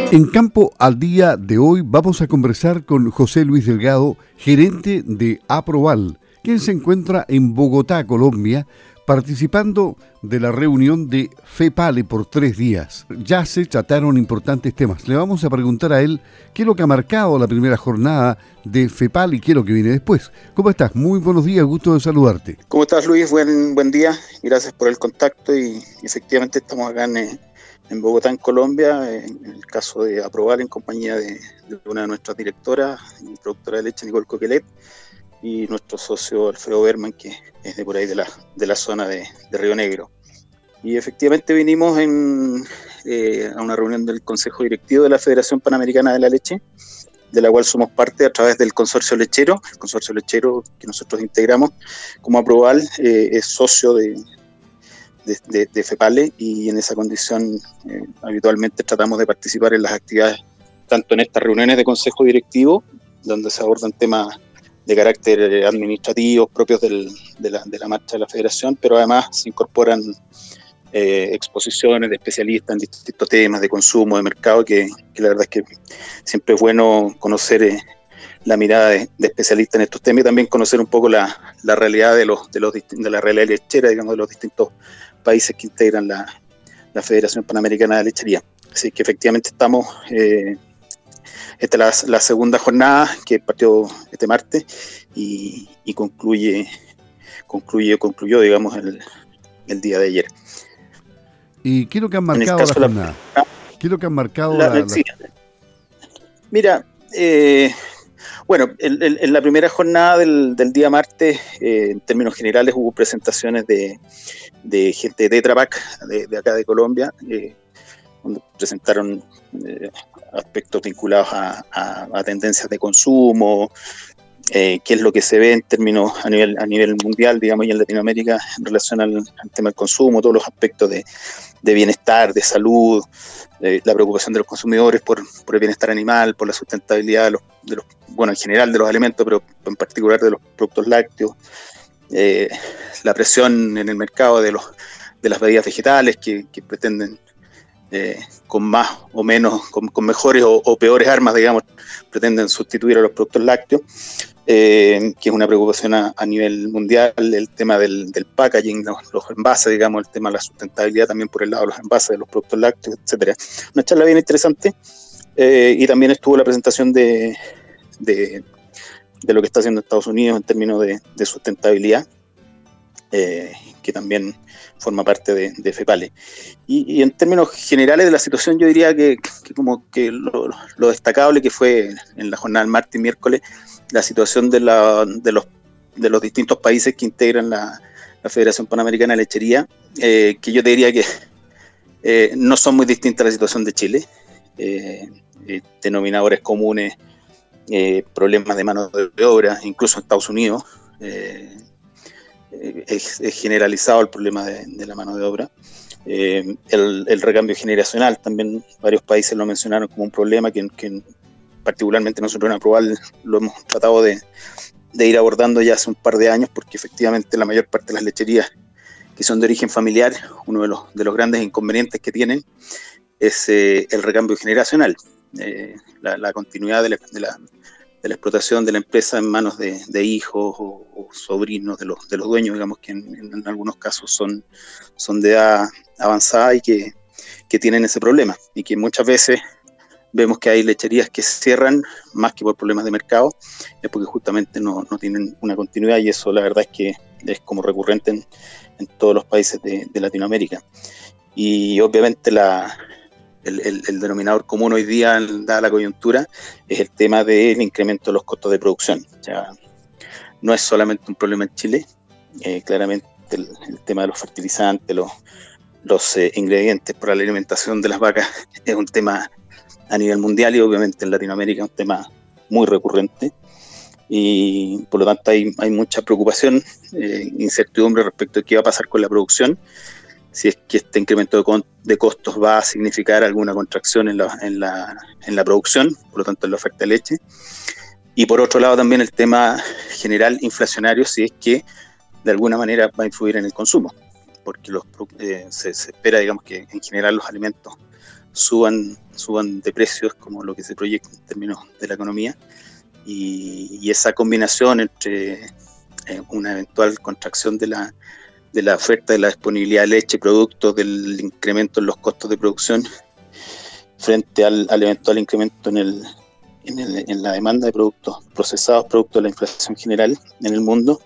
En Campo al Día de hoy vamos a conversar con José Luis Delgado, gerente de Aproval, quien se encuentra en Bogotá, Colombia, participando de la reunión de FEPALE por 3 días. Ya se trataron importantes temas. Le vamos a preguntar a él qué es lo que ha marcado la primera jornada de FEPALE y qué es lo que viene después. ¿Cómo estás? Muy buenos días, gusto de saludarte. ¿Cómo estás, Luis? Buen día. Gracias por el contacto y efectivamente estamos acá en Bogotá, en Colombia, en el caso de Aproval, en compañía de una de nuestras directoras y productora de leche, Nicole Coquelet, y nuestro socio Alfredo Berman, que es de por ahí de la zona de Río Negro. Y efectivamente vinimos a una reunión del Consejo Directivo de la Federación Panamericana de la Leche, de la cual somos parte a través del consorcio lechero. El consorcio lechero que nosotros integramos como Aproval es socio de FEPALE, y en esa condición habitualmente tratamos de participar en las actividades, tanto en estas reuniones de consejo directivo, donde se abordan temas de carácter administrativo propios de la marcha de la federación, pero además se incorporan exposiciones de especialistas en distintos temas de consumo, de mercado, que la verdad es que siempre es bueno conocer la mirada de especialistas en estos temas, y también conocer un poco la realidad de la realidad lechera, digamos, de los distintos países que integran la Federación Panamericana de Lechería. Así que efectivamente estamos, esta es la segunda jornada que partió este martes y concluyó, digamos, el día de ayer. ¿Y qué es lo que han marcado la jornada? ¿Qué es lo que han marcado sí. Mira, bueno, en la primera jornada del día martes, en términos generales, hubo presentaciones de gente de Tetra Pak, de acá de Colombia, donde presentaron aspectos vinculados a tendencias de consumo, qué es lo que se ve en términos a nivel mundial, digamos, y en Latinoamérica en relación al tema del consumo, todos los aspectos de bienestar, de salud, la preocupación de los consumidores por el bienestar animal, por la sustentabilidad bueno, en general de los alimentos, pero en particular de los productos lácteos, la presión en el mercado de las bebidas vegetales que pretenden, con más o menos, con mejores o peores armas, digamos, pretenden sustituir a los productos lácteos, que es una preocupación a nivel mundial. El tema del packaging, los envases, digamos, el tema de la sustentabilidad también por el lado de los envases de los productos lácteos, etcétera. Una charla bien interesante, y también estuvo la presentación de lo que está haciendo Estados Unidos en términos de sustentabilidad, que también forma parte de FEPALE. Y en términos generales de la situación, yo diría que lo destacable que fue en la jornada del martes y miércoles, la situación de los distintos países que integran la Federación Panamericana de Lechería, que yo te diría que no son muy distintas a la situación de Chile. Denominadores comunes, problemas de mano de obra, incluso en Estados Unidos. Es generalizado el problema de la mano de obra. El recambio generacional, también varios países lo mencionaron como un problema que particularmente nosotros en Aproval lo hemos tratado de ir abordando ya hace un par de años, porque efectivamente la mayor parte de las lecherías que son de origen familiar, uno de los grandes inconvenientes que tienen es el recambio generacional, la continuidad de la explotación de la empresa en manos de hijos o sobrinos de los dueños, digamos, que en algunos casos son de edad avanzada y que tienen ese problema, y que muchas veces vemos que hay lecherías que cierran más que por problemas de mercado, es porque justamente no tienen una continuidad, y eso la verdad es que es como recurrente en todos los países de Latinoamérica. Y obviamente el denominador común hoy día, dada la coyuntura, es el tema del incremento de los costos de producción. O sea, no es solamente un problema en Chile, claramente el tema de los fertilizantes, los ingredientes para la alimentación de las vacas es un tema a nivel mundial, y obviamente en Latinoamérica es un tema muy recurrente, y por lo tanto hay mucha preocupación, incertidumbre respecto de qué va a pasar con la producción, si es que este incremento de costos va a significar alguna contracción en la producción, por lo tanto en la oferta de leche, y por otro lado también el tema general inflacionario, si es que de alguna manera va a influir en el consumo, porque se espera, digamos, que en general los alimentos suban de precios, como lo que se proyecta en términos de la economía, y esa combinación entre una eventual contracción de la oferta, de la disponibilidad de leche, producto del incremento en los costos de producción, frente al eventual incremento en la demanda de productos procesados, producto de la inflación general en el mundo,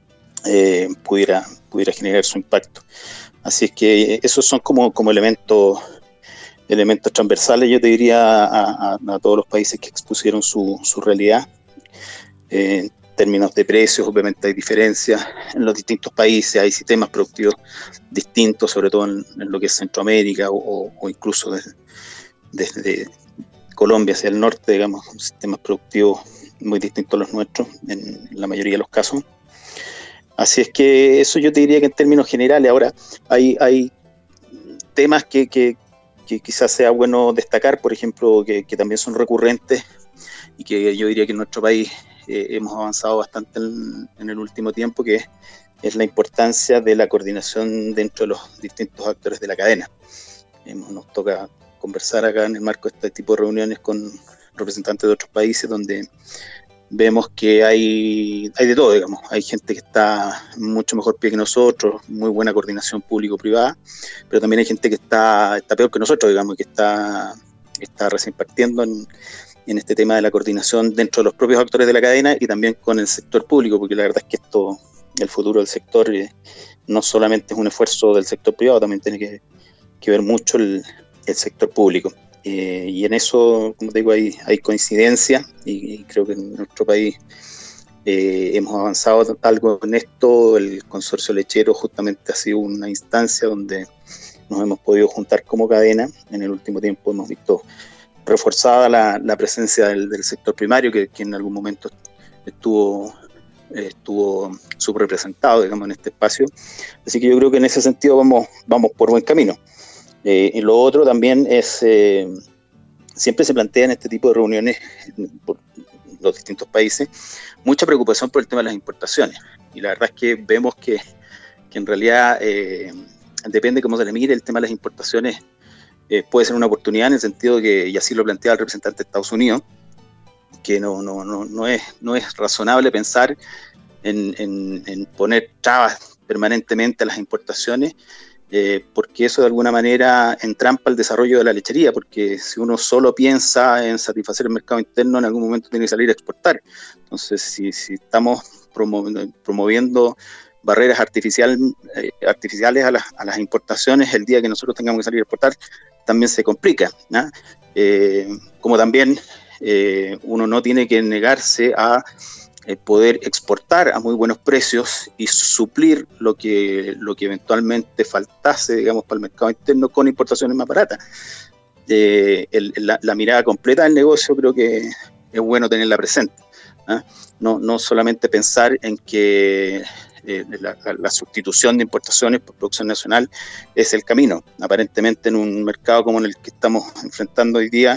pudiera generar su impacto. Así es que esos son como elementos transversales, yo te diría, a todos los países que expusieron su realidad. En términos de precios, obviamente hay diferencias en los distintos países, hay sistemas productivos distintos, sobre todo en lo que es Centroamérica o incluso desde Colombia hacia el norte, digamos, sistemas productivos muy distintos a los nuestros en la mayoría de los casos. Así es que eso yo te diría que en términos generales. Ahora hay temas que quizás sea bueno destacar, por ejemplo, que también son recurrentes y que yo diría que en nuestro país hemos avanzado bastante en el último tiempo, que es la importancia de la coordinación dentro de los distintos actores de la cadena. Nos toca conversar acá en el marco de este tipo de reuniones con representantes de otros países, donde vemos que hay de todo, digamos. Hay gente que está mucho mejor pie que nosotros, muy buena coordinación público-privada, pero también hay gente que está peor que nosotros, digamos, que está recién partiendo en este tema de la coordinación dentro de los propios actores de la cadena y también con el sector público, porque la verdad es que el futuro del sector no solamente es un esfuerzo del sector privado, también tiene que ver mucho el sector público. Y en eso, como te digo, hay coincidencia y creo que en nuestro país hemos avanzado algo en esto. El consorcio lechero justamente ha sido una instancia donde nos hemos podido juntar como cadena. En el último tiempo hemos visto reforzada la presencia del sector primario, que en algún momento estuvo subrepresentado, digamos, en este espacio. Así que yo creo que en ese sentido vamos por buen camino. Y lo otro también es, siempre se plantea en este tipo de reuniones por los distintos países, mucha preocupación por el tema de las importaciones. Y la verdad es que vemos que en realidad depende cómo se le mire el tema de las importaciones. Puede ser una oportunidad en el sentido de que, y así lo plantea el representante de Estados Unidos, que no es razonable pensar en poner trabas permanentemente a las importaciones, porque eso de alguna manera entrampa el desarrollo de la lechería, porque si uno solo piensa en satisfacer el mercado interno, en algún momento tiene que salir a exportar. Entonces, si estamos promoviendo barreras artificiales a las importaciones, el día que nosotros tengamos que salir a exportar, también se complica, ¿no? Como también uno no tiene que negarse a poder exportar a muy buenos precios y suplir lo que eventualmente faltase, digamos, para el mercado interno con importaciones más baratas. La mirada completa del negocio creo que es bueno tenerla presente, ¿eh? No solamente pensar en que la sustitución de importaciones por producción nacional es el camino. Aparentemente en un mercado como en el que estamos enfrentando hoy día,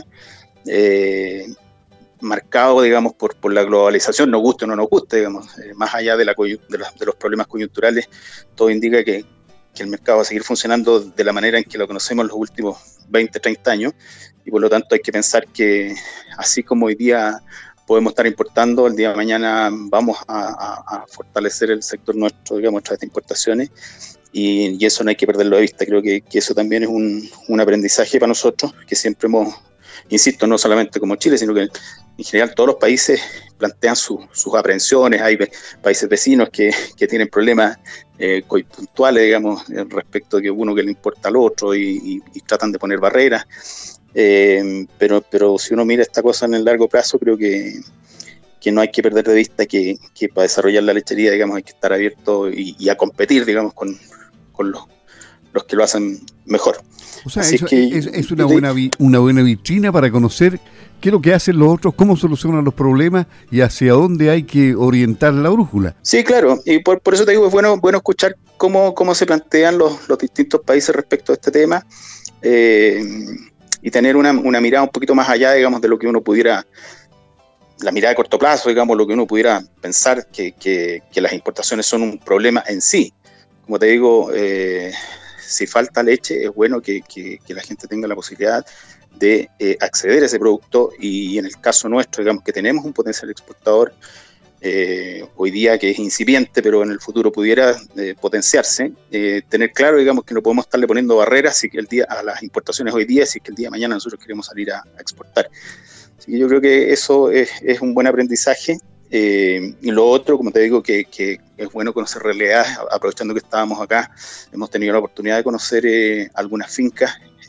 marcado, digamos, por la globalización, nos guste o no nos guste, digamos, más allá de los problemas coyunturales, todo indica que el mercado va a seguir funcionando de la manera en que lo conocemos en los últimos 20, 30 años, y por lo tanto hay que pensar que así como hoy día podemos estar importando, el día de mañana vamos a fortalecer el sector nuestro, digamos, a través de importaciones, y eso no hay que perderlo de vista. Creo que eso también es un aprendizaje para nosotros, que siempre hemos, insisto, no solamente como Chile, sino que en general todos los países plantean sus aprehensiones. Hay países vecinos que tienen problemas puntuales, digamos, respecto de que uno que le importa al otro y tratan de poner barreras. Pero si uno mira esta cosa en el largo plazo, creo que no hay que perder de vista que para desarrollar la lechería, digamos, hay que estar abierto y a competir, digamos, con los que lo hacen mejor. O sea, es una buena vitrina para conocer qué es lo que hacen los otros, cómo solucionan los problemas y hacia dónde hay que orientar la brújula. Sí, claro, y por eso te digo, es bueno escuchar cómo se plantean los distintos países respecto a este tema, y tener una mirada un poquito más allá, digamos, de lo que uno pudiera, la mirada de corto plazo, digamos, lo que uno pudiera pensar que las importaciones son un problema en sí. Como te digo, si falta leche, es bueno que la gente tenga la posibilidad de acceder a ese producto, y en el caso nuestro, digamos que tenemos un potencial exportador hoy día que es incipiente, pero en el futuro pudiera potenciarse, tener claro, digamos, que no podemos estarle poniendo barreras a las importaciones hoy día, si es que el día de mañana nosotros queremos salir a exportar. Así que yo creo que eso es un buen aprendizaje. Y lo otro, como te digo, que es bueno conocer realidades. Aprovechando que estábamos acá, hemos tenido la oportunidad de conocer algunas fincas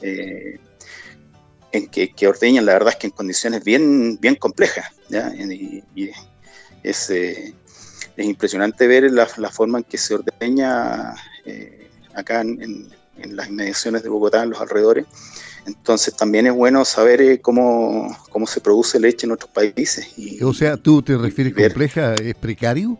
en que ordeñan, la verdad es que en condiciones bien complejas, ¿ya? Y es impresionante ver la forma en que se ordeña acá en las inmediaciones de Bogotá, en los alrededores. Entonces también es bueno saber cómo se produce leche en otros países. O sea, ¿tú te refieres compleja? ¿Es precario?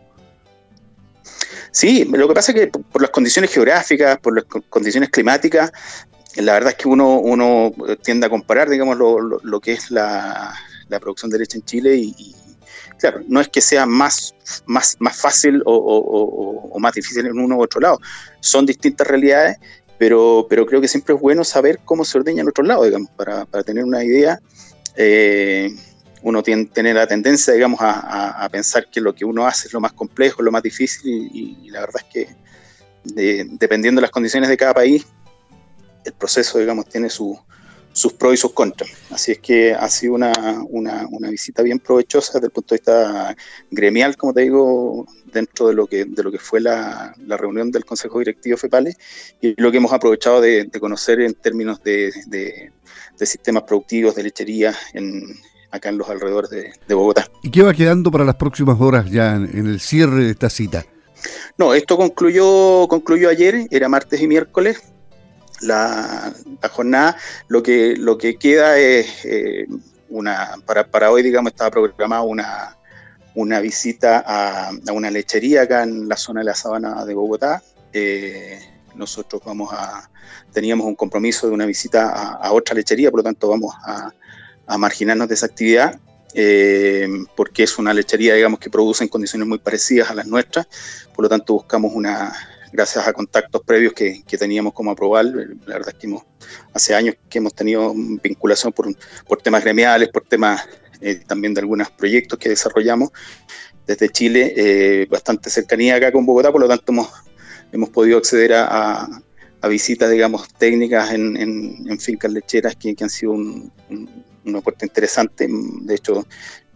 Sí, lo que pasa es que por las condiciones geográficas, por las condiciones climáticas, la verdad es que uno tiende a comparar, digamos, lo que es la producción de leche en Chile y claro, no es que sea más fácil o más difícil en uno u otro lado. Son distintas realidades, pero creo que siempre es bueno saber cómo se ordeña en otros lados, digamos, para tener una idea. Uno tiene la tendencia, digamos, a pensar que lo que uno hace es lo más complejo, lo más difícil, y la verdad es que dependiendo de las condiciones de cada país, el proceso, digamos, tiene sus pros y sus contras. Así es que ha sido una visita bien provechosa desde el punto de vista gremial, como te digo, dentro de lo que fue la reunión del Consejo Directivo FEPALE, y lo que hemos aprovechado de conocer en términos de sistemas productivos, de lechería, acá en los alrededores de Bogotá. ¿Y qué va quedando para las próximas horas ya en el cierre de esta cita? No, esto concluyó ayer, era martes y miércoles. La jornada, lo que queda es para hoy, digamos, estaba programada una visita a una lechería acá en la zona de la Sabana de Bogotá. Nosotros teníamos un compromiso de una visita a otra lechería, por lo tanto vamos a marginarnos de esa actividad, porque es una lechería, digamos, que produce en condiciones muy parecidas a las nuestras. Por lo tanto buscamos gracias a contactos previos que teníamos como Aproval. La verdad es que hace años que hemos tenido vinculación por temas gremiales, por temas también de algunos proyectos que desarrollamos desde Chile, bastante cercanía acá con Bogotá. Por lo tanto hemos podido acceder a visitas, digamos, técnicas en fincas lecheras que han sido un aporte interesante. De hecho,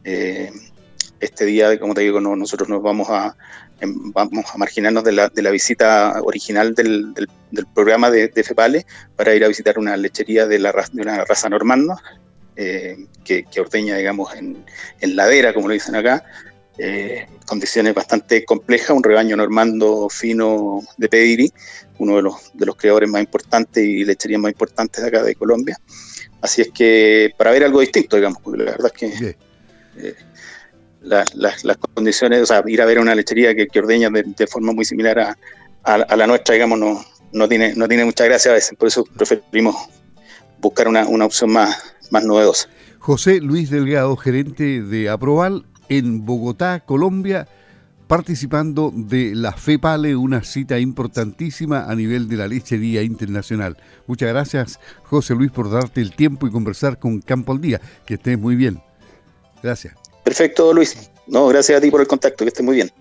este día, como te digo, nosotros nos vamos a marginarnos de la visita original del programa de FEPALE para ir a visitar una lechería de una raza normando, que ordeña, digamos, en ladera, como lo dicen acá, condiciones bastante complejas, un rebaño normando fino de pedigree, uno de los criadores más importantes y lecherías más importantes de acá de Colombia. Así es que para ver algo distinto, digamos, porque la verdad es que las condiciones, o sea, ir a ver una lechería que ordeña de forma muy similar a la nuestra, digamos, no tiene mucha gracia a veces. Por eso preferimos buscar una opción más novedosa. José Luis Delgado, gerente de Aproval en Bogotá, Colombia, participando de la FEPALE, una cita importantísima a nivel de la lechería internacional. Muchas gracias, José Luis, por darte el tiempo y conversar con Campo al Día. Que estés muy bien. Gracias. Perfecto, Luis. No, gracias a ti por el contacto, que estés muy bien.